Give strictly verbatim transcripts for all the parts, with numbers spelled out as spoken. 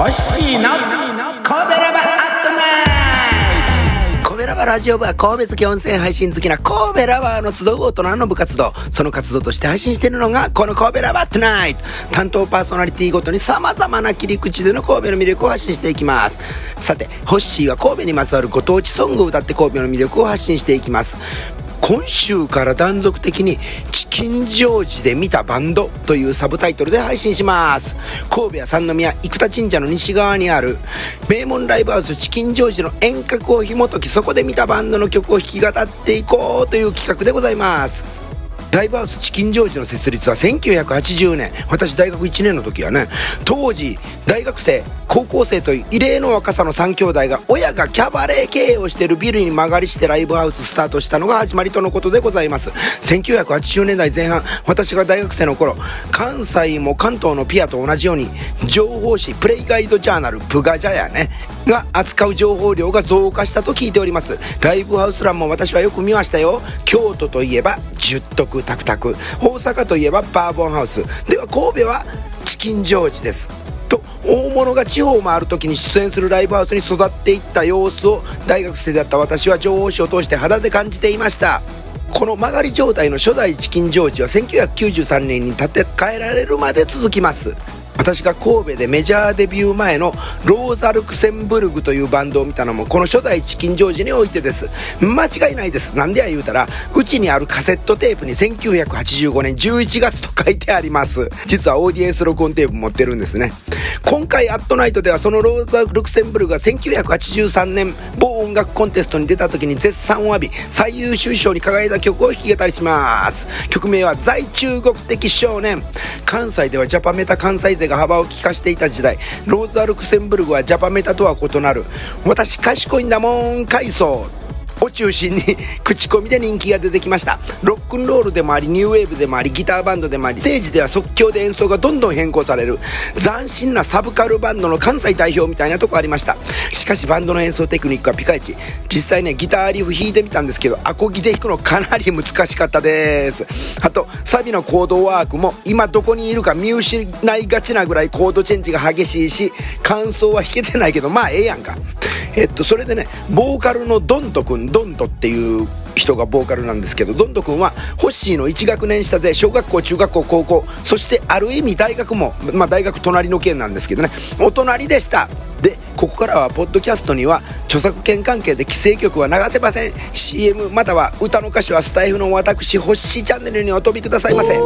ホッシーの神戸ラバアットナイト。神戸ラバラジオ部は神戸好き温泉配信好きな神戸ラバーの集う大人の部活動、その活動として配信しているのがこの神戸ラバアットナイト。担当パーソナリティごとに様々な切り口での神戸の魅力を発信していきます。さて、ホッシーは神戸にまつわるご当地ソングを歌って神戸の魅力を発信していきます。今週から断続的にチキンジョージで見たバンドというサブタイトルで配信します。神戸や三宮生田神社の西側にある名門ライブハウスチキンジョージの遠隔を紐解き、そこで見たバンドの曲を弾き語っていこうという企画でございます。ライブハウスチキンジョージの設立はせんきゅうひゃくはちじゅうねん、私大学いちねんの時はね、当時大学生高校生という異例の若さのさん兄弟が親がキャバレー経営をしているビルに間借りしてライブハウススタートしたのが始まりとのことでございます。せんきゅうひゃくはちじゅうねんだいぜん半、私が大学生の頃、関西も関東のピアと同じように情報誌プレイガイドジャーナルプガジャやねが扱う情報量が増加したと聞いております。ライブハウス欄も私はよく見ましたよ。京都といえば十徳タクタク、大阪といえばバーボンハウス、では神戸はチキンジョージですと、大物が地方を回る時に出演するライブハウスに育っていった様子を大学生だった私は情報誌を通して肌で感じていました。この曲がり状態の初代チキンジョージはせんきゅうひゃくきゅうじゅうさんねんに建て替えられるまで続きます。私が神戸でメジャーデビュー前のローザ・ルクセンブルグというバンドを見たのもこの初代チキンジョージにおいてです。間違いないです。なんでや言うたら、うちにあるカセットテープにせんきゅうひゃくはちじゅうごねんじゅういちがつと書いてあります。実はオーディエンス録音テープ持ってるんですね。今回アットナイトではそのローザ・ルクセンブルグがせんきゅうひゃくはちじゅうさんねん某音楽コンテストに出た時に絶賛を浴び最優秀賞に輝いた曲を弾き語りします。曲名は在中国的少年。関西ではジャパメタ関西勢が幅を利かしていた時代、ローザ・ルクセンブルグはジャパメタとは異なる私賢いんだもん階層を中心に口コミで人気が出てきました。ロックンロールでもありニューウェーブでもありギターバンドでもあり、ステージでは即興で演奏がどんどん変更される斬新なサブカルバンドの関西代表みたいなとこありました。しかしバンドの演奏テクニックはピカイチ。実際ね、ギターリフ弾いてみたんですけど、アコギで弾くのかなり難しかったです。あとサビのコードワークも今どこにいるか見失いがちなぐらいコードチェンジが激しいし、感想は弾けてないけどまあええやんか。えっとそれでね、ボーカルのドントくん、ドントっていう人がボーカルなんですけど、ドントくんはホッシーのいち学年下で小学校中学校高校、そしてある意味大学も、まあ大学隣の県なんですけどね、お隣でした。でここからはポッドキャストには著作権関係で規制曲は流せません。 シーエム または歌の歌詞はスタイフの私ホッシーチャンネルにお飛びくださいませ。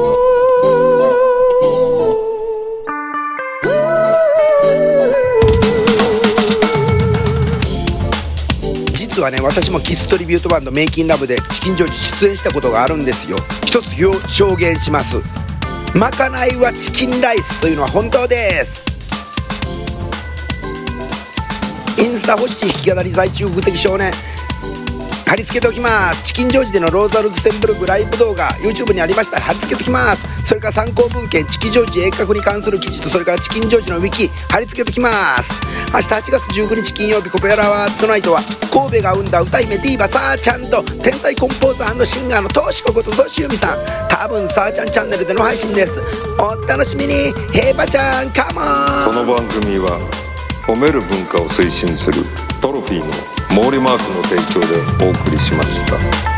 実はね、私もキストリビュートバンドメイキンラブでチキンジョージ出演したことがあるんですよ。一つ証言します。まかないはチキンライスというのは本当です。インスタホッシー弾き語り在中国的少年貼り付けておきます。チキンジョージでのローザ・ルクセンブルグライブ動画 YouTube にありました。貼り付けておきます。それから参考文献チキジョージ鋭角に関する記事と、それからチキンジョージのウィキ貼り付けておきます。明日はちがつじゅうくにち金曜日、コペラワートナイトは神戸が生んだ歌姫ディーバサーちゃんと天才コンポーザー&シンガーのトシコことトシユミさん、多分サーちゃんチャンネルでの配信です。お楽しみに。ヘイバちゃんカモン。 この番組は褒める文化を推進するトロフィーの毛利マークの提供でお送りしました。